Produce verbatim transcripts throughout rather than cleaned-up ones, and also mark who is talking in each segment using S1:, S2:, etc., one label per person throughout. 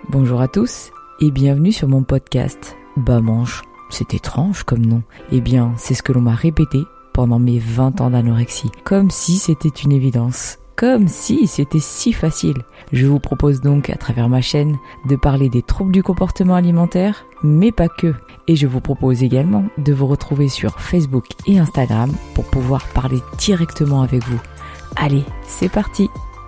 S1: Bonjour à tous et bienvenue sur mon podcast. Bah manche, c'est étrange comme nom. Eh bien, c'est ce que l'on m'a répété pendant mes vingt ans d'anorexie. Comme si c'était une évidence. Comme si c'était si facile. Je vous propose donc à travers ma chaîne de parler des troubles du comportement alimentaire, mais pas que. Et je vous propose également de vous retrouver sur Facebook et Instagram pour pouvoir parler directement avec vous. Allez, c'est parti!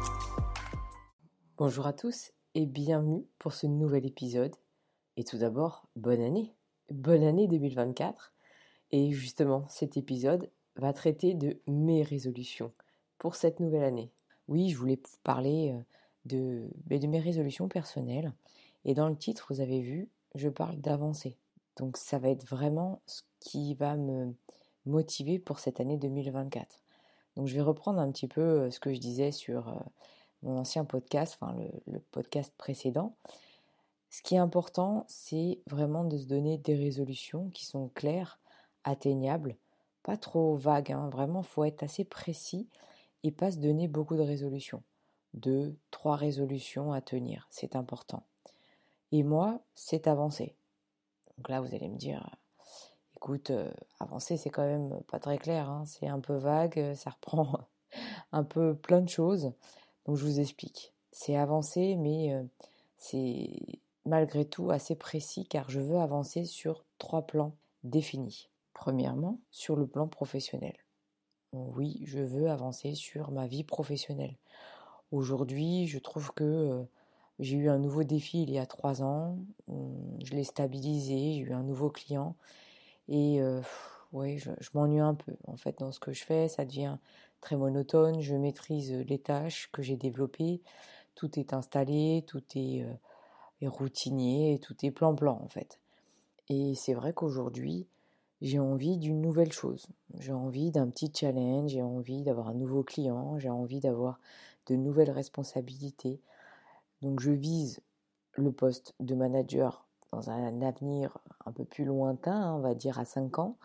S1: Bonjour à tous et bienvenue pour ce nouvel épisode. Et tout d'abord, bonne année! Bonne année deux mille vingt-quatre. Et justement, cet épisode va traiter de mes résolutions pour cette nouvelle année. Oui, je voulais vous parler de, de mes résolutions personnelles. Et dans le titre, vous avez vu, je parle d'avancer. Donc ça va être vraiment ce qui va me motiver pour cette année deux mille vingt-quatre. Donc je vais reprendre un petit peu ce que je disais sur mon ancien podcast, enfin le, le podcast précédent. Ce qui est important, c'est vraiment de se donner des résolutions qui sont claires, atteignables, pas trop vagues, hein. Vraiment, il faut être assez précis et pas se donner beaucoup de résolutions. Deux, trois résolutions à tenir, c'est important. Et moi, c'est avancer. Donc là, vous allez me dire, écoute, euh, avancer, c'est quand même pas très clair, hein. C'est un peu vague, ça reprend un peu plein de choses. Donc je vous explique. C'est avancer, mais euh, c'est malgré tout assez précis car je veux avancer sur trois plans définis. Premièrement, sur le plan professionnel. Oui, je veux avancer sur ma vie professionnelle. Aujourd'hui, je trouve que euh, j'ai eu un nouveau défi il y a trois ans. Je l'ai stabilisé, j'ai eu un nouveau client. Et euh, ouais, je, je m'ennuie un peu. En fait, dans ce que je fais, ça devient très monotone. Je maîtrise les tâches que j'ai développées. Tout est installé, tout est, euh, est routinier, tout est plan-plan en fait. Et c'est vrai qu'aujourd'hui, j'ai envie d'une nouvelle chose. J'ai envie d'un petit challenge, j'ai envie d'avoir un nouveau client, j'ai envie d'avoir de nouvelles responsabilités. Donc je vise le poste de manager dans un avenir un peu plus lointain, on va dire à cinq ans.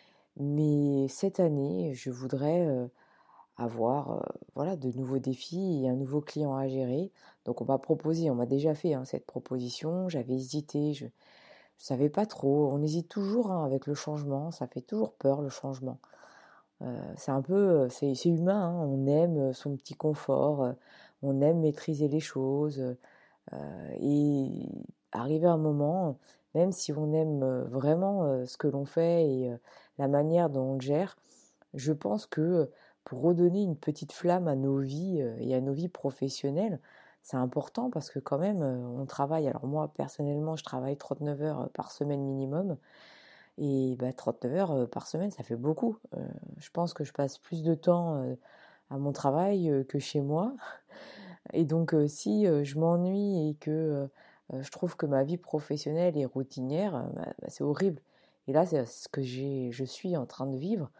S1: Mais cette année, je voudrais euh, avoir euh, voilà, de nouveaux défis et un nouveau client à gérer. Donc on m'a proposé, on m'a déjà fait hein, cette proposition, j'avais hésité, je ne savais pas trop. On hésite toujours hein, avec le changement, ça fait toujours peur le changement. Euh, c'est un peu, c'est, c'est humain, hein, on aime son petit confort, euh, on aime maîtriser les choses. Euh, et arriver à un moment, même si on aime euh, vraiment euh, ce que l'on fait et euh, la manière dont on le gère, je pense que pour redonner une petite flamme à nos vies euh, et à nos vies professionnelles, c'est important parce que quand même, euh, on travaille. Alors moi, personnellement, je travaille trente-neuf heures par semaine minimum. Et bah, trente-neuf heures par semaine, ça fait beaucoup. Euh, je pense que je passe plus de temps euh, à mon travail euh, que chez moi. Et donc, euh, si euh, je m'ennuie et que euh, euh, je trouve que ma vie professionnelle est routinière, euh, bah, bah, c'est horrible. Et là, c'est ce que j'ai, je suis en train de vivre.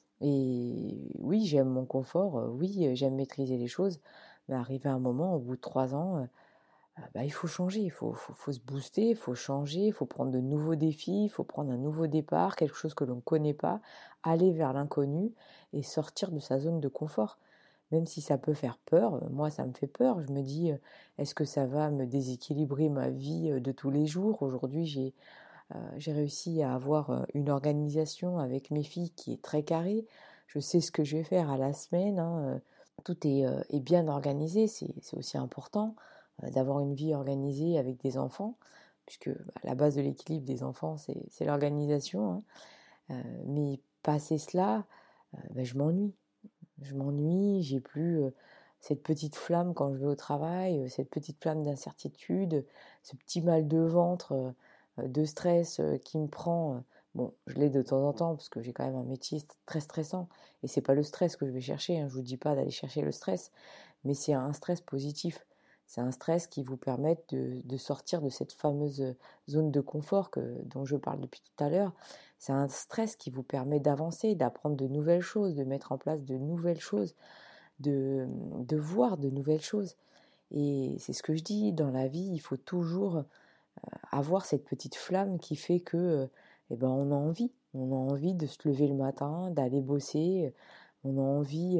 S1: Et oui, j'aime mon confort, euh, oui, euh, j'aime maîtriser les choses, mais arrivé à un moment, au bout de trois ans, euh, euh, bah, il faut changer, il faut, faut, faut se booster, il faut changer, il faut prendre de nouveaux défis, il faut prendre un nouveau départ, quelque chose que l'on ne connaît pas, aller vers l'inconnu et sortir de sa zone de confort. Même si ça peut faire peur, moi ça me fait peur, je me dis, euh, est-ce que ça va me déséquilibrer ma vie euh, de tous les jours? Aujourd'hui, j'ai euh, j'ai réussi à avoir euh, une organisation avec mes filles qui est très carrée. Je sais ce que je vais faire à la semaine, hein, euh, tout est, euh, est bien organisé, c'est, c'est aussi important euh, d'avoir une vie organisée avec des enfants, puisque bah, la base de l'équilibre des enfants, c'est, c'est l'organisation, hein. Euh, mais passer cela, euh, ben, je m'ennuie. Je m'ennuie, j'ai plus euh, cette petite flamme quand je vais au travail, euh, cette petite flamme d'incertitude, ce petit mal de ventre, euh, euh, de stress euh, qui me prend. euh. Bon, je l'ai de temps en temps parce que j'ai quand même un métier st- très stressant et c'est pas le stress que je vais chercher, hein. Je vous dis pas d'aller chercher le stress, mais c'est un stress positif. C'est un stress qui vous permet de, de sortir de cette fameuse zone de confort que, dont je parle depuis tout à l'heure. C'est un stress qui vous permet d'avancer, d'apprendre de nouvelles choses, de mettre en place de nouvelles choses, de, de voir de nouvelles choses. Et c'est ce que je dis, dans la vie, il faut toujours avoir cette petite flamme qui fait que, euh, eh ben, on a envie. On a envie de se lever le matin, d'aller bosser. On a envie euh,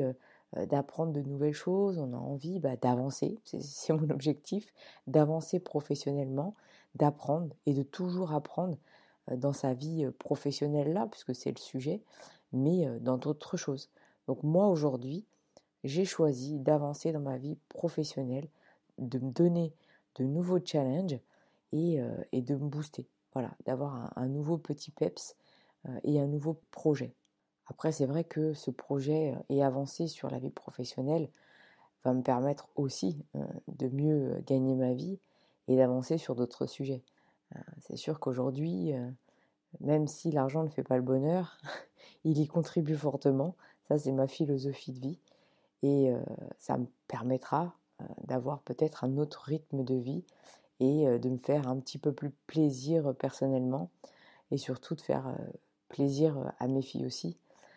S1: euh, d'apprendre de nouvelles choses, on a envie bah, d'avancer, c'est, c'est mon objectif, d'avancer professionnellement, d'apprendre et de toujours apprendre euh, dans sa vie euh, professionnelle là, puisque c'est le sujet, mais euh, dans d'autres choses. Donc moi aujourd'hui, j'ai choisi d'avancer dans ma vie professionnelle, de me donner de nouveaux challenges et, euh, et de me booster. Voilà, d'avoir un, un nouveau petit peps euh, et un nouveau projet. Après, c'est vrai que ce projet euh, et avancer sur la vie professionnelle va me permettre aussi euh, de mieux gagner ma vie et d'avancer sur d'autres sujets. Euh, c'est sûr qu'aujourd'hui, euh, même si l'argent ne fait pas le bonheur, il y contribue fortement. Ça, c'est ma philosophie de vie. Et euh, ça me permettra euh, d'avoir peut-être un autre rythme de vie et euh, de me faire un petit peu plus plaisir personnellement et surtout de faire euh, plaisir à mes filles aussi.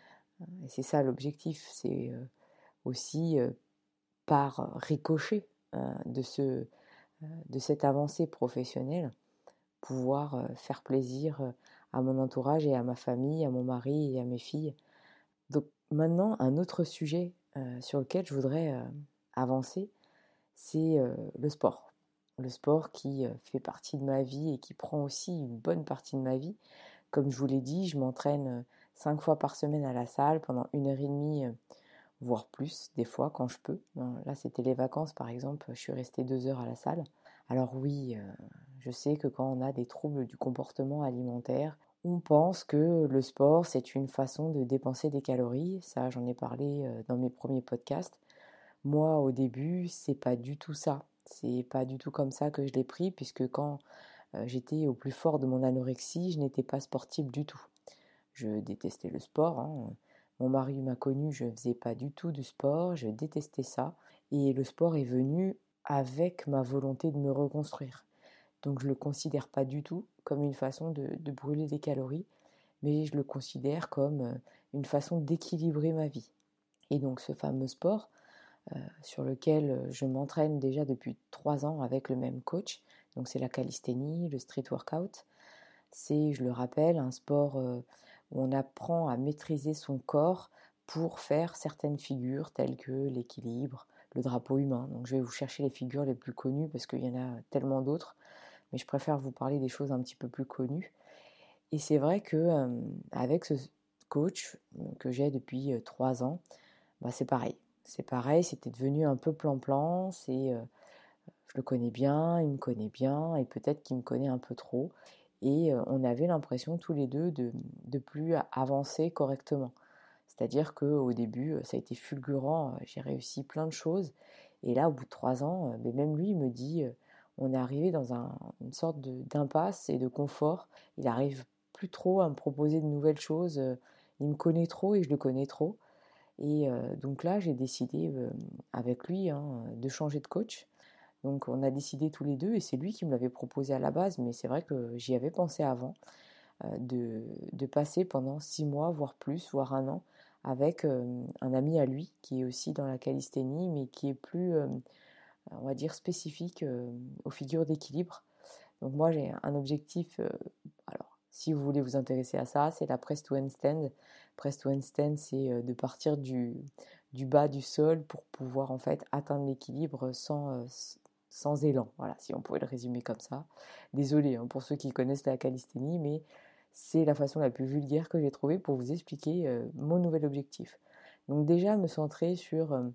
S1: Et c'est ça l'objectif, c'est euh, aussi euh, par ricochet euh, de, ce, euh, de cette avancée professionnelle, pouvoir euh, faire plaisir euh, à mon entourage et à ma famille, à mon mari et à mes filles. Donc maintenant, un autre sujet euh, sur lequel je voudrais euh, avancer, c'est euh, le sport. Le sport qui euh, fait partie de ma vie et qui prend aussi une bonne partie de ma vie. Comme je vous l'ai dit, je m'entraîne euh, cinq fois par semaine à la salle pendant une heure et demie, euh, voire plus, des fois quand je peux. Là, c'était les vacances, par exemple, je suis restée deux heures à la salle. Alors oui, euh, je sais que quand on a des troubles du comportement alimentaire, on pense que le sport, c'est une façon de dépenser des calories. Ça, j'en ai parlé euh, dans mes premiers podcasts. Moi, au début, c'est pas du tout ça. C'est pas du tout comme ça que je l'ai pris, puisque quand euh, j'étais au plus fort de mon anorexie, je n'étais pas sportive du tout. Je détestais le sport, hein. Mon mari m'a connue, je ne faisais pas du tout de sport, je détestais ça. Et le sport est venu avec ma volonté de me reconstruire. Donc je ne le considère pas du tout comme une façon de, de brûler des calories, mais je le considère comme euh, une façon d'équilibrer ma vie. Et donc ce fameux sport, euh, sur lequel euh, je m'entraîne déjà depuis trois ans avec le même coach, donc c'est la calisthénie, le street workout, c'est, je le rappelle, un sport euh, où on apprend à maîtriser son corps pour faire certaines figures telles que l'équilibre, le drapeau humain. Donc je vais vous chercher les figures les plus connues parce qu'il y en a tellement d'autres, mais je préfère vous parler des choses un petit peu plus connues. Et c'est vrai que euh, avec ce coach euh, que j'ai depuis euh, trois ans, bah, c'est pareil. C'est pareil, c'était devenu un peu plan-plan, c'est, euh, je le connais bien, il me connaît bien, et peut-être qu'il me connaît un peu trop. Et euh, on avait l'impression tous les deux de de plus avancer correctement. C'est-à-dire qu'au début, ça a été fulgurant, j'ai réussi plein de choses. Et là, au bout de trois ans, mais même lui, il me dit, euh, on est arrivé dans un- une sorte de- d'impasse et de confort. Il arrive plus trop à me proposer de nouvelles choses. euh, Il me connaît trop et je le connais trop. Et euh, donc là, j'ai décidé euh, avec lui hein, de changer de coach. Donc on a décidé tous les deux et c'est lui qui me l'avait proposé à la base, mais c'est vrai que j'y avais pensé avant euh, de, de passer pendant six mois, voire plus, voire un an, avec euh, un ami à lui qui est aussi dans la calisthénie, mais qui est plus, euh, on va dire, spécifique euh, aux figures d'équilibre. Donc moi j'ai un objectif, euh, alors si vous voulez vous intéresser à ça, c'est la press to handstand. Press to handstand, c'est euh, de partir du, du bas du sol pour pouvoir en fait atteindre l'équilibre sans, euh, sans élan. Voilà, si on pouvait le résumer comme ça. Désolée hein, pour ceux qui connaissent la calisthénie, mais c'est la façon la plus vulgaire que j'ai trouvée pour vous expliquer euh, mon nouvel objectif. Donc déjà me centrer sur euh,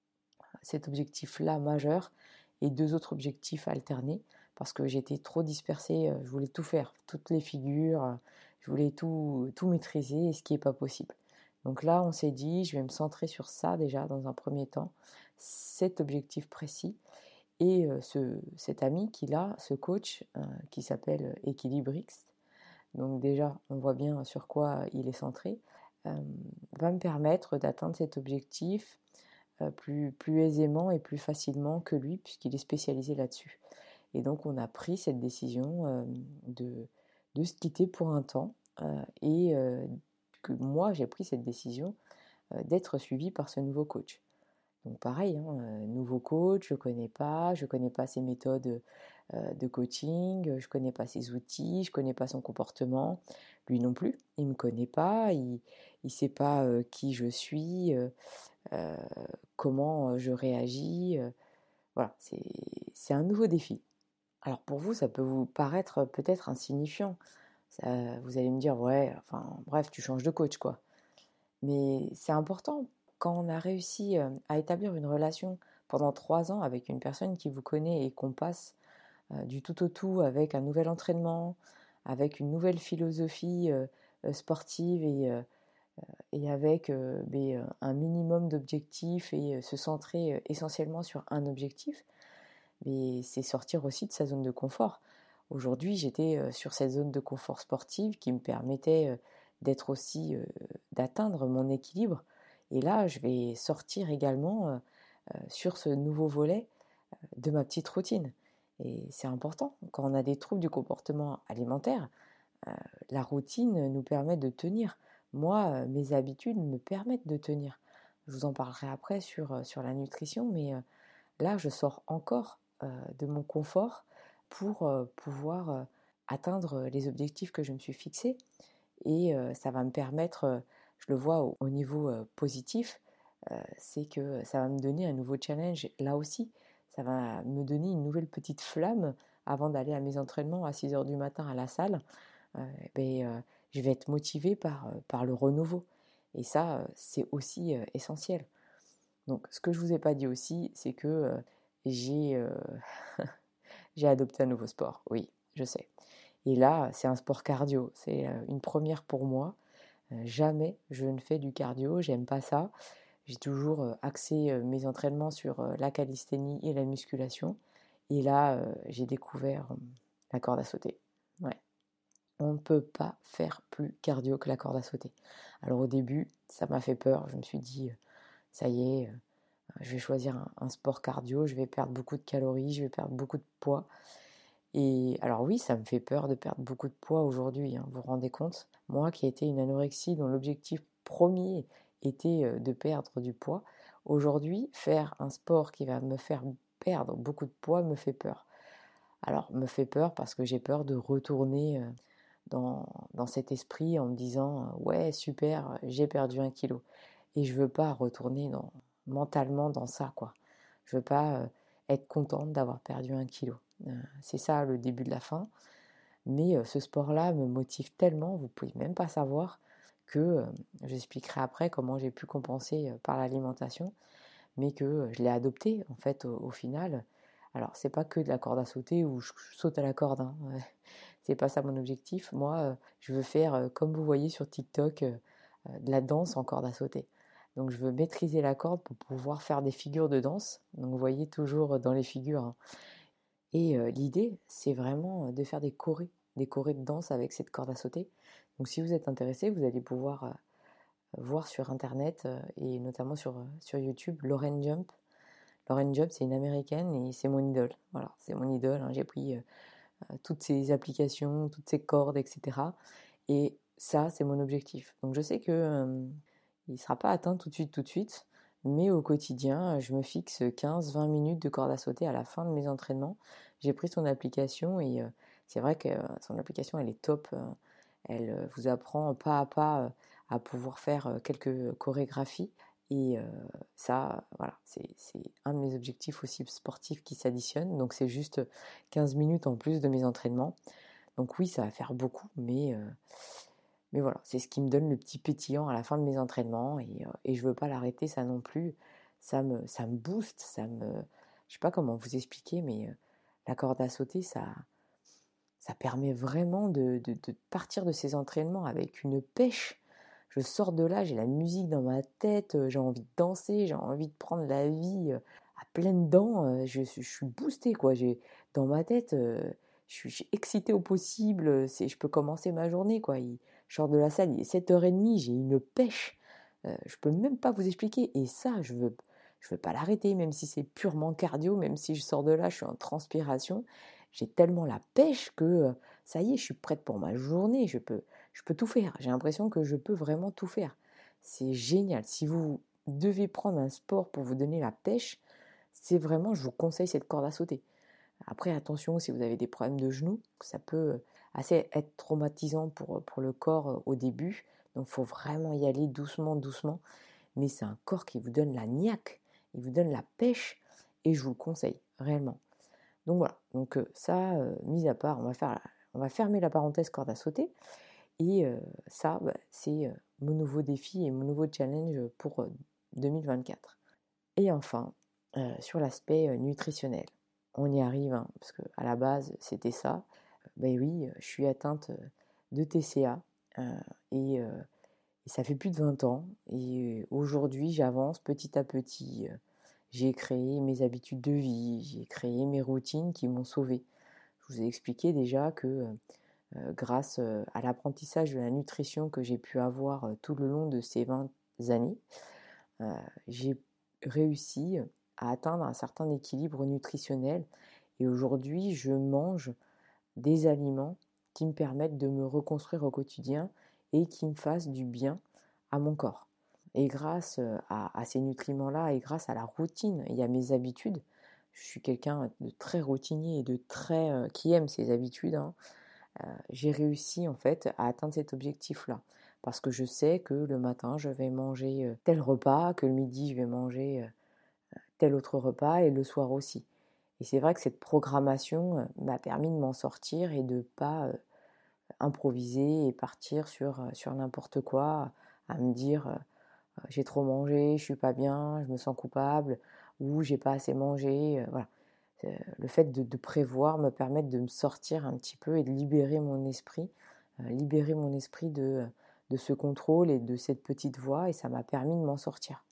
S1: cet objectif-là majeur et deux autres objectifs alternés parce que j'étais trop dispersée, euh, je voulais tout faire, toutes les figures, euh, je voulais tout, tout maîtriser, ce qui n'est pas possible. Donc là, on s'est dit, je vais me centrer sur ça déjà dans un premier temps, cet objectif précis. Et euh, ce, cet ami qu'il a, ce coach euh, qui s'appelle Equilibrix, donc déjà, on voit bien sur quoi il est centré, euh, va me permettre d'atteindre cet objectif euh, plus, plus aisément et plus facilement que lui, puisqu'il est spécialisé là-dessus. Et donc, on a pris cette décision euh, de, de se quitter pour un temps, euh, et euh, que moi, j'ai pris cette décision euh, d'être suivi par ce nouveau coach. Donc pareil, hein, euh, nouveau coach, je ne connais pas, je ne connais pas ses méthodes euh, de coaching, je ne connais pas ses outils, je ne connais pas son comportement. Lui non plus, il ne me connaît pas, il il ne sait pas euh, qui je suis, euh, euh, comment euh, je réagis. euh, voilà, c'est, c'est un nouveau défi. Alors pour vous, ça peut vous paraître euh, peut-être insignifiant. Ça- vous allez me dire, ouais, enfin bref, tu changes de coach, quoi. Mais c'est important quand on a réussi euh, à établir une relation pendant trois ans avec une personne qui vous connaît et qu'on passe euh, du tout au tout avec un nouvel entraînement, avec une nouvelle philosophie euh, euh, sportive et, euh, et avec euh, mais, euh, un minimum d'objectifs et euh, se centrer euh, essentiellement sur un objectif, mais c'est sortir aussi de sa zone de confort. Aujourd'hui, j'étais euh, sur cette zone de confort sportive qui me permettait euh, d'être aussi, euh, d'atteindre mon équilibre. Et là, je vais sortir également euh, euh, sur ce nouveau volet de ma petite routine. Et c'est important. Quand on a des troubles du comportement alimentaire, euh, la routine nous permet de tenir. Moi, euh, mes habitudes me permettent de tenir. Je vous en parlerai après sur, euh, sur la nutrition, mais euh, là, je sors encore euh, de mon confort pour euh, pouvoir euh, atteindre les objectifs que je me suis fixés. Et euh, ça va me permettre, euh, je le vois au, au niveau euh, positif, euh, c'est que ça va me donner un nouveau challenge là aussi. Ça va me donner une nouvelle petite flamme avant d'aller à mes entraînements à six heures du matin à la salle. Euh, ben, euh, je vais être motivée par, euh, par le renouveau. Et ça, euh, c'est aussi euh, essentiel. Donc, ce que je ne vous ai pas dit aussi, c'est que euh, j'ai euh, j'ai adopté un nouveau sport. Oui, je sais. Et là, c'est un sport cardio. C'est euh, une première pour moi. Euh, jamais je ne fais du cardio. J'aime pas ça. J'ai toujours euh, axé euh, mes entraînements sur euh, la calisthénie et la musculation. Et là, euh, j'ai découvert euh, la corde à sauter. Ouais. On ne peut pas faire plus cardio que la corde à sauter. Alors au début, ça m'a fait peur. Je me suis dit, euh, ça y est, euh, je vais choisir un, un sport cardio, je vais perdre beaucoup de calories, je vais perdre beaucoup de poids. Et alors oui, ça me fait peur de perdre beaucoup de poids aujourd'hui, hein, vous vous rendez compte? Moi qui étais une anorexie dont l'objectif premier était euh, de perdre du poids, aujourd'hui, faire un sport qui va me faire perdre beaucoup de poids me fait peur. Alors, me fait peur parce que j'ai peur de retourner euh, dans, dans cet esprit en me disant euh, ouais, super, j'ai perdu un kilo. Et je veux pas retourner dans, mentalement dans ça, quoi. Je veux pas euh, être contente d'avoir perdu un kilo. Euh, c'est ça le début de la fin. Mais euh, ce sport-là me motive tellement, vous pouvez même pas savoir que euh, j'expliquerai après comment j'ai pu compenser euh, par l'alimentation, mais que euh, je l'ai adopté en fait au, au final. Alors c'est pas que de la corde à sauter où je, je saute à la corde, hein. C'est pas ça mon objectif. Moi, euh, je veux faire euh, comme vous voyez sur TikTok, euh, euh, de la danse en corde à sauter. Donc je veux maîtriser la corde pour pouvoir faire des figures de danse. Donc vous voyez toujours dans les figures, hein. Et euh, l'idée, c'est vraiment de faire des chorés, des chorés de danse avec cette corde à sauter. Donc si vous êtes intéressé, vous allez pouvoir euh, voir sur internet euh, et notamment sur, euh, sur YouTube Lauren Jump. Lauren Jump, c'est une américaine et c'est mon idole. Voilà, c'est mon idole, hein. J'ai pris euh, toutes ces applications, toutes ces cordes, et cetera. Et ça, c'est mon objectif. Donc je sais que euh, il ne sera pas atteint tout de suite, tout de suite, mais au quotidien, je me fixe quinze vingt minutes de corde à sauter à la fin de mes entraînements. J'ai pris son application et euh, c'est vrai que euh, son application, elle est top. Euh, elle euh, vous apprend pas à pas euh, à pouvoir faire euh, quelques chorégraphies. Et euh, ça, voilà, c'est, c'est un de mes objectifs aussi sportifs qui s'additionne. Donc c'est juste quinze minutes en plus de mes entraînements. Donc oui, ça va faire beaucoup, mais, euh, mais voilà, c'est ce qui me donne le petit pétillant à la fin de mes entraînements. Et, euh, et je veux pas l'arrêter, ça non plus. Ça me, ça me booste, ça me... Je sais pas comment vous expliquer, mais euh, la corde à sauter, ça, ça permet vraiment de, de, de partir de ces entraînements avec une pêche. Je sors de là, j'ai la musique dans ma tête, euh, j'ai envie de danser, j'ai envie de prendre la vie euh, à pleines dents. euh, Je, je suis boostée, quoi. J'ai, dans ma tête, euh, je suis, je suis excitée au possible. C'est, je peux commencer ma journée, quoi. Il- je sors de la salle, il est sept heures trente, j'ai une pêche. Euh, je peux même pas vous expliquer. Et ça, je veux, je veux pas l'arrêter, même si c'est purement cardio, même si je sors de là, je suis en transpiration. J'ai tellement la pêche que euh, ça y est, je suis prête pour ma journée. Je peux, je peux tout faire. J'ai l'impression que je peux vraiment tout faire. C'est génial. Si vous devez prendre un sport pour vous donner la pêche, c'est vraiment, je vous conseille cette corde à sauter. Après, attention, si vous avez des problèmes de genoux, ça peut assez être traumatisant pour, pour le corps au début. Donc, il faut vraiment y aller doucement, doucement. Mais c'est un corps qui vous donne la niaque, il vous donne la pêche, et je vous le conseille, réellement. Donc voilà, donc euh, ça, euh, mis à part, on va, faire, on va fermer la parenthèse corde à sauter, et euh, ça, bah, c'est euh, mon nouveau défi et mon nouveau challenge pour euh, deux mille vingt-quatre. Et enfin, euh, sur l'aspect euh, nutritionnel, on y arrive, hein, parce qu'à la base, c'était ça. Ben oui, je suis atteinte de T C A, euh, et... Euh, Et ça fait plus de vingt ans. Et aujourd'hui, j'avance petit à petit. J'ai créé mes habitudes de vie, j'ai créé mes routines qui m'ont sauvée. Je vous ai expliqué déjà que euh, grâce à l'apprentissage de la nutrition que j'ai pu avoir tout le long de ces vingt années, euh, j'ai réussi à atteindre un certain équilibre nutritionnel. Et aujourd'hui, je mange des aliments qui me permettent de me reconstruire au quotidien et qui me fassent du bien à mon corps. Et grâce à, à ces nutriments-là et grâce à la routine et à mes habitudes, je suis quelqu'un de très routinier et de très euh, qui aime ses habitudes, hein, euh, j'ai réussi en fait à atteindre cet objectif-là. Parce que je sais que le matin, je vais manger euh, tel repas, que le midi, je vais manger euh, tel autre repas et le soir aussi. Et c'est vrai que cette programmation euh, m'a permis de m'en sortir et de ne pas euh, improviser et partir sur, euh, sur n'importe quoi, à me dire euh, j'ai trop mangé, je suis pas bien, je me sens coupable, ou j'ai pas assez mangé. Euh, voilà. Euh, le fait de, de prévoir me permet de me sortir un petit peu et de libérer mon esprit, euh, libérer mon esprit de, de ce contrôle et de cette petite voix, et ça m'a permis de m'en sortir.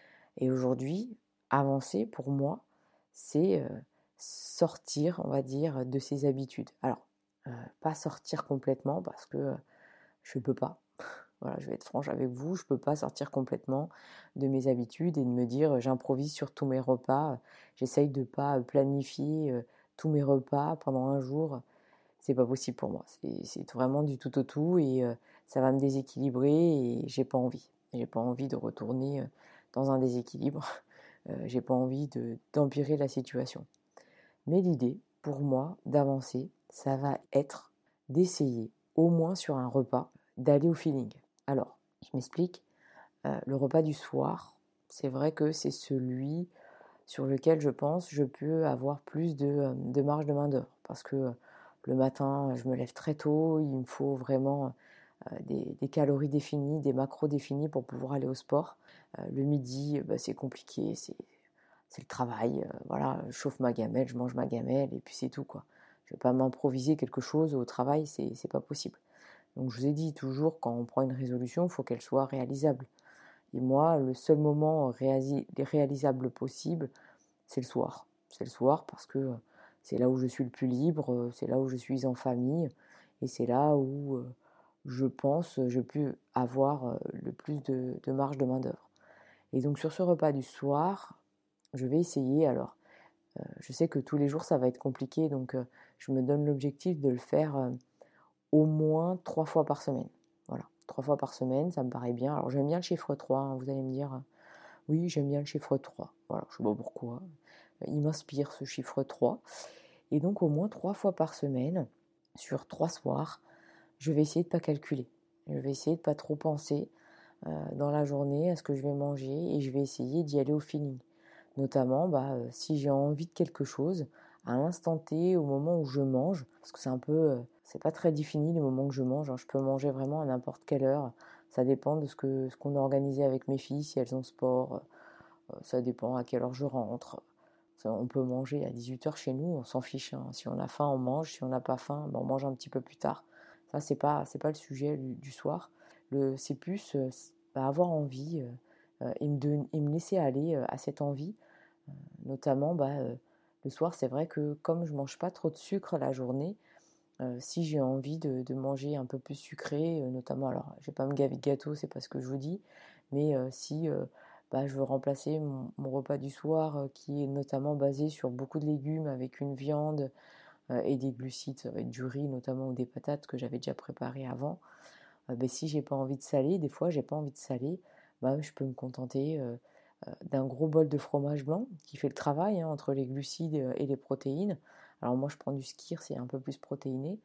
S1: Et aujourd'hui, avancer pour moi, c'est euh, sortir, on va dire, de ces habitudes. Alors, euh, pas sortir complètement parce que euh, je ne peux pas. Voilà, je vais être franche avec vous, je ne peux pas sortir complètement de mes habitudes et de me dire euh, j'improvise sur tous mes repas, j'essaye de ne pas planifier euh, tous mes repas pendant un jour. C'est pas possible pour moi. C'est, c'est vraiment du tout au tout et euh, ça va me déséquilibrer et j'ai pas envie. J'ai pas envie de retourner euh, dans un déséquilibre. Euh, j'ai pas envie de, d'empirer la situation. Mais l'idée, pour moi, d'avancer, ça va être d'essayer, au moins sur un repas, d'aller au feeling. Alors, je m'explique. Euh, le repas du soir, c'est vrai que c'est celui sur lequel je pense je peux avoir plus de, de marge de main-d'œuvre. Parce que le matin, je me lève très tôt, il me faut vraiment euh, des, des calories définies, des macros définis pour pouvoir aller au sport. Euh, le midi, bah, c'est compliqué, c'est, c'est le travail. Euh, voilà, je chauffe ma gamelle, je mange ma gamelle et puis c'est tout, quoi. Je ne vais pas m'improviser quelque chose au travail, c'est, c'est pas possible. Donc je vous ai dit toujours, quand on prend une résolution, il faut qu'elle soit réalisable. Et moi, le seul moment réasi- réalisable possible, c'est le soir. C'est le soir parce que c'est là où je suis le plus libre, c'est là où je suis en famille et c'est là où je pense je peux avoir le plus de, de marge de main-d'œuvre. Et donc sur ce repas du soir, je vais essayer. Alors, euh, je sais que tous les jours ça va être compliqué, donc euh, je me donne l'objectif de le faire euh, au moins trois fois par semaine. Voilà, trois fois par semaine, ça me paraît bien. Alors j'aime bien le chiffre trois, hein, vous allez me dire, oui, j'aime bien le chiffre trois. Voilà, je ne sais pas pourquoi. Il m'inspire ce chiffre trois. Et donc au moins trois fois par semaine, sur trois soirs, je vais essayer de ne pas calculer. Je vais essayer de ne pas trop penser euh, dans la journée à ce que je vais manger et je vais essayer d'y aller au feeling. Notamment, bah, euh, si j'ai envie de quelque chose, à l'instant T, au moment où je mange, parce que c'est un peu, euh, c'est pas très défini les moments que je mange, hein, je peux manger vraiment à n'importe quelle heure, ça dépend de ce que ce qu'on a organisé avec mes filles, si elles ont sport, euh, ça dépend à quelle heure je rentre. Ça, on peut manger à dix-huit heures chez nous, on s'en fiche, hein. Si on a faim, on mange, si on n'a pas faim, ben, on mange un petit peu plus tard. Ça, c'est pas, c'est pas le sujet du, du soir. Le, c'est plus euh, bah, avoir envie euh, euh, et, me don- et me laisser aller euh, à cette envie. Euh, notamment, bah, euh, le soir, c'est vrai que comme je mange pas trop de sucre la journée, euh, si j'ai envie de, de manger un peu plus sucré, euh, notamment, alors je vais pas me gaver de gâteau, c'est pas ce que je vous dis, mais euh, si euh, bah, je veux remplacer mon, mon repas du soir euh, qui est notamment basé sur beaucoup de légumes avec une viande euh, et des glucides, ça va être du riz notamment ou des patates que j'avais déjà préparées avant, euh, bah, si j'ai pas envie de saler, des fois j'ai pas envie de saler, bah, je peux me contenter euh, euh, d'un gros bol de fromage blanc qui fait le travail hein, entre les glucides et les protéines. Alors moi je prends du skyr, c'est un peu plus protéiné.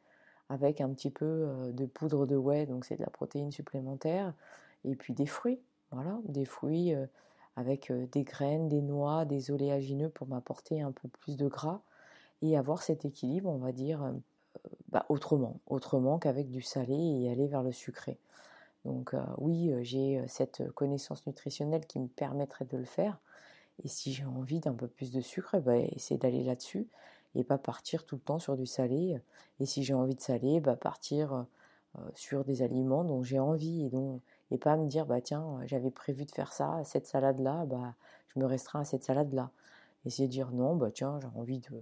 S1: avec un petit peu euh, de poudre de whey, donc c'est de la protéine supplémentaire, et puis des fruits, voilà, des fruits euh, avec euh, des graines, des noix, des oléagineux pour m'apporter un peu plus de gras, et avoir cet équilibre, on va dire, euh, bah, autrement, autrement qu'avec du salé et aller vers le sucré. Donc euh, oui, euh, j'ai cette connaissance nutritionnelle qui me permettrait de le faire. Et si j'ai envie d'un peu plus de sucre, bah, essayer d'aller là-dessus et pas partir tout le temps sur du salé. Et si j'ai envie de salé, bah, partir euh, sur des aliments dont j'ai envie et, dont, et pas me dire, bah, tiens, j'avais prévu de faire ça, cette salade-là, bah, je me restreins à cette salade-là. Essayer de dire non, bah, tiens, j'ai envie de,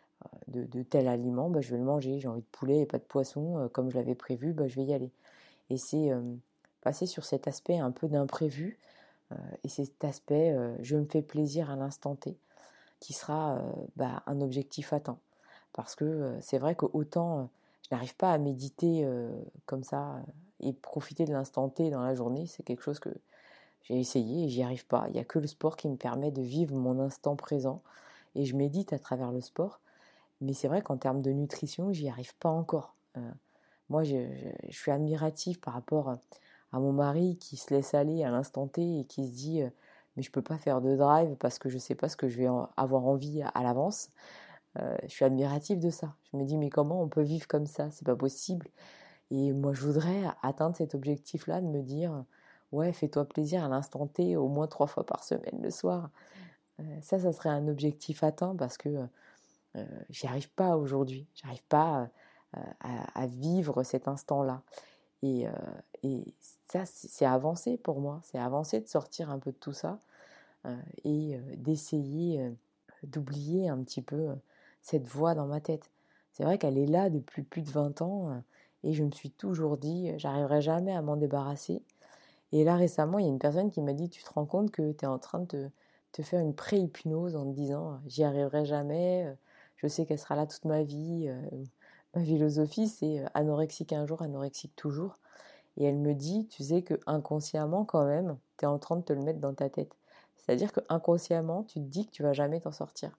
S1: de, de tel aliment, bah, je vais le manger. J'ai envie de poulet et pas de poisson, euh, comme je l'avais prévu, bah, je vais y aller. Et c'est euh, passer sur cet aspect un peu d'imprévu euh, et cet aspect euh, je me fais plaisir à l'instant T qui sera euh, bah, un objectif atteint. Parce que euh, c'est vrai qu'autant euh, je n'arrive pas à méditer euh, comme ça euh, et profiter de l'instant T dans la journée, c'est quelque chose que j'ai essayé et j'y arrive pas. Il n'y a que le sport qui me permet de vivre mon instant présent et je médite à travers le sport. Mais c'est vrai qu'en termes de nutrition, j'y arrive pas encore. Euh, moi, je, je, je suis admirative par rapport à mon mari qui se laisse aller à l'instant T et qui se dit euh, mais je peux pas faire de drive parce que je sais pas ce que je vais en- avoir envie à, à l'avance. Euh, je suis admirative de ça. Je me dis mais comment on peut vivre comme ça? C'est pas possible. Et moi, je voudrais atteindre cet objectif-là de me dire ouais, fais-toi plaisir à l'instant T au moins trois fois par semaine le soir. Euh, ça, ça serait un objectif atteint parce que euh, j'y arrive pas aujourd'hui. J'arrive pas euh, à, à vivre cet instant-là. Et, euh, et ça, c'est avancé pour moi. C'est avancé de sortir un peu de tout ça euh, et euh, d'essayer euh, d'oublier un petit peu euh, cette voix dans ma tête. C'est vrai qu'elle est là depuis plus de vingt ans euh, et je me suis toujours dit, euh, j'arriverai jamais à m'en débarrasser. Et là, récemment, il y a une personne qui m'a dit, tu te rends compte que tu es en train de te, te faire une pré-hypnose en te disant, j'y arriverai jamais, euh, je sais qu'elle sera là toute ma vie. euh, Ma philosophie, c'est euh, anorexique un jour, anorexique toujours. Et elle me dit, tu sais que inconsciemment quand même, tu es en train de te le mettre dans ta tête. C'est-à-dire que inconsciemment, tu te dis que tu vas jamais t'en sortir.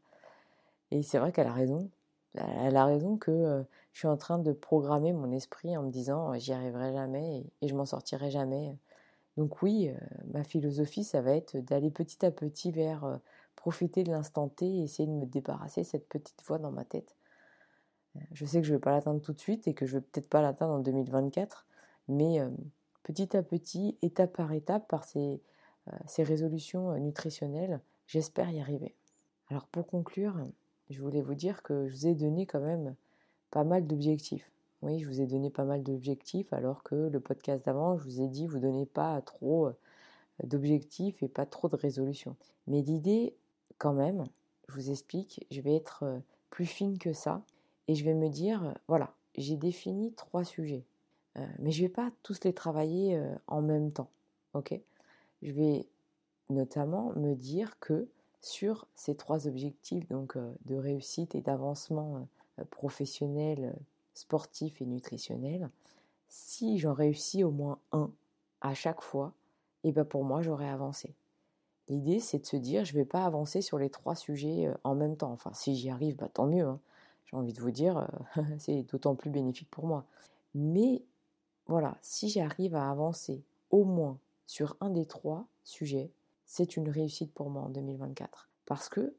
S1: Et c'est vrai qu'elle a raison. Elle a raison que euh, je suis en train de programmer mon esprit en me disant euh, j'y arriverai jamais et, et je m'en sortirai jamais. Donc oui, euh, ma philosophie, ça va être d'aller petit à petit vers euh, profiter de l'instant T et essayer de me débarrasser de cette petite voix dans ma tête. Je sais que je ne vais pas l'atteindre tout de suite et que je ne vais peut-être pas l'atteindre en deux mille vingt-quatre, mais euh, petit à petit, étape par étape, par ces, euh, ces résolutions euh, nutritionnelles, j'espère y arriver. Alors pour conclure, je voulais vous dire que je vous ai donné quand même pas mal d'objectifs. Oui, je vous ai donné pas mal d'objectifs alors que le podcast d'avant, je vous ai dit, vous ne donnez pas trop euh, d'objectifs et pas trop de résolutions. Mais l'idée, quand même, je vous explique, je vais être euh, plus fine que ça et je vais me dire, euh, voilà, j'ai défini trois sujets, euh, mais je ne vais pas tous les travailler euh, en même temps, ok? Je vais notamment me dire que sur ces trois objectifs donc euh, de réussite et d'avancement euh, professionnel, euh, sportif et nutritionnel, si j'en réussis au moins un à chaque fois, et ben pour moi j'aurais avancé. L'idée c'est de se dire je ne vais pas avancer sur les trois sujets euh, en même temps. Enfin si j'y arrive, bah, tant mieux. Hein. J'ai envie de vous dire, euh, c'est d'autant plus bénéfique pour moi. Mais voilà, si j'arrive à avancer au moins sur un des trois sujets, c'est une réussite pour moi en deux mille vingt-quatre. Parce que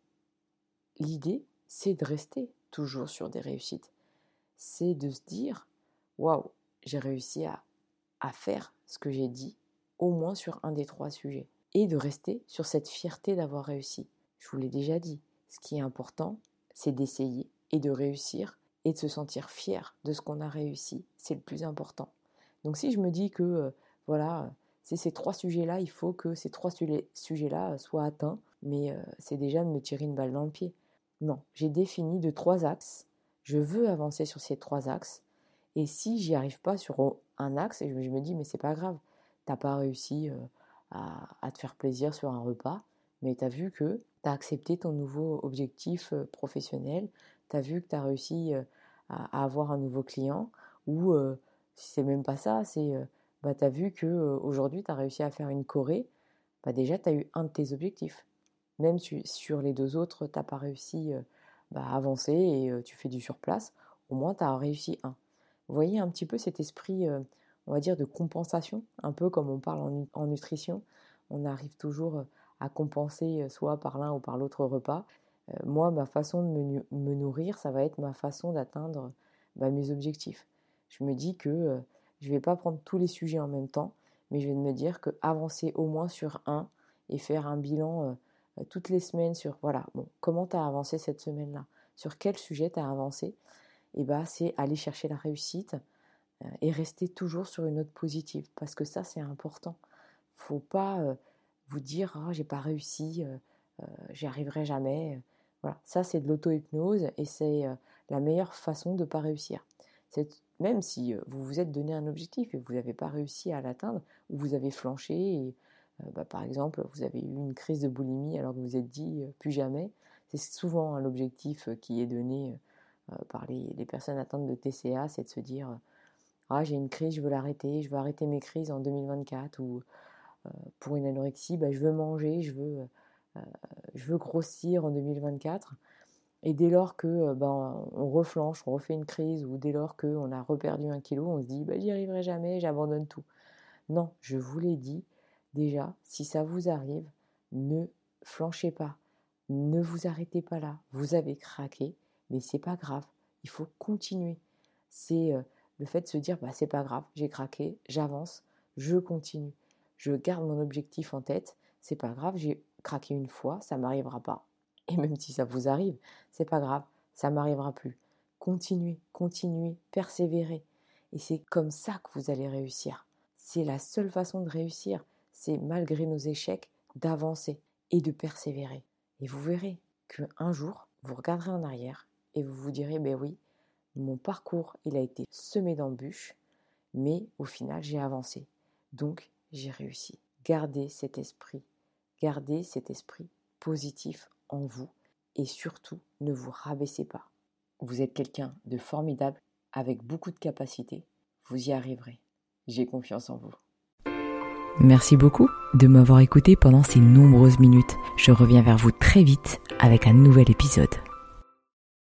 S1: l'idée, c'est de rester toujours sur des réussites. C'est de se dire, waouh, j'ai réussi à, à faire ce que j'ai dit, au moins sur un des trois sujets. Et de rester sur cette fierté d'avoir réussi. Je vous l'ai déjà dit, ce qui est important, c'est d'essayer et de réussir et de se sentir fier de ce qu'on a réussi. C'est le plus important. Donc si je me dis que, euh, voilà, c'est ces trois sujets-là, il faut que ces trois sujets-là soient atteints, mais euh, c'est déjà de me tirer une balle dans le pied. Non, j'ai défini de trois axes. Je veux avancer sur ces trois axes. Et si j'y arrive pas sur un axe, et je me dis, mais c'est pas grave, t'as pas réussi euh, à, à te faire plaisir sur un repas, mais t'as vu que t'as accepté ton nouveau objectif euh, professionnel, t'as vu que t'as réussi euh, à, à avoir un nouveau client, ou euh, si c'est même pas ça, c'est euh, bah, t'as vu que euh, aujourd'hui t'as réussi à faire une choré, bah déjà t'as eu un de tes objectifs. Même si sur les deux autres, t'as pas réussi euh, bah, à avancer et euh, tu fais du surplace, au moins t'as réussi un. Vous voyez un petit peu cet esprit, euh, on va dire, de compensation, un peu comme on parle en, en nutrition. On arrive toujours à compenser soit par l'un ou par l'autre repas. Euh, moi, ma façon de me, me nourrir, ça va être ma façon d'atteindre bah, mes objectifs. Je me dis que euh, je ne vais pas prendre tous les sujets en même temps, mais je vais me dire qu'avancer au moins sur un et faire un bilan euh, toutes les semaines sur, voilà, bon, comment tu as avancé cette semaine-là, sur quel sujet tu as avancé, et bah, c'est aller chercher la réussite euh, et rester toujours sur une note positive, parce que ça, c'est important. Il ne faut pas euh, vous dire « Ah, oh, j'ai pas réussi, euh, euh, j'y arriverai jamais ». Voilà, ça, c'est de l'auto-hypnose et c'est euh, la meilleure façon de ne pas réussir. C'est, même si euh, vous vous êtes donné un objectif et vous n'avez pas réussi à l'atteindre, ou vous avez flanché, et, euh, bah, par exemple, vous avez eu une crise de boulimie alors que vous vous êtes dit euh, « plus jamais », c'est souvent hein, l'objectif qui est donné euh, par les, les personnes atteintes de T C A, c'est de se dire euh, « Ah, j'ai une crise, je veux l'arrêter, je veux arrêter mes crises en deux mille vingt-quatre » ou euh, pour une anorexie, bah, je veux manger, je veux, euh, je veux grossir en deux mille vingt-quatre. Et dès lors que ben, on reflanche, on refait une crise, ou dès lors qu'on a reperdu un kilo, on se dit bah, « j'y arriverai jamais, j'abandonne tout ». Non, je vous l'ai dit, déjà, si ça vous arrive, ne flanchez pas, ne vous arrêtez pas là. Vous avez craqué, mais c'est pas grave, il faut continuer. C'est euh, le fait de se dire bah, « c'est pas grave, j'ai craqué, j'avance, je continue ». Je garde mon objectif en tête, c'est pas grave, j'ai craqué une fois, ça m'arrivera pas. Et même si ça vous arrive, c'est pas grave, ça m'arrivera plus. Continuez, continuez, persévérez. Et c'est comme ça que vous allez réussir. C'est la seule façon de réussir, c'est malgré nos échecs, d'avancer et de persévérer. Et vous verrez qu'un jour, vous regarderez en arrière et vous vous direz, ben oui, mon parcours, il a été semé d'embûches, mais au final, j'ai avancé. Donc, j'ai réussi. Gardez cet esprit, gardez cet esprit positif en vous et surtout, ne vous rabaissez pas. Vous êtes quelqu'un de formidable avec beaucoup de capacités. Vous y arriverez. J'ai confiance en vous.
S2: Merci beaucoup de m'avoir écouté pendant ces nombreuses minutes. Je reviens vers vous très vite avec un nouvel épisode.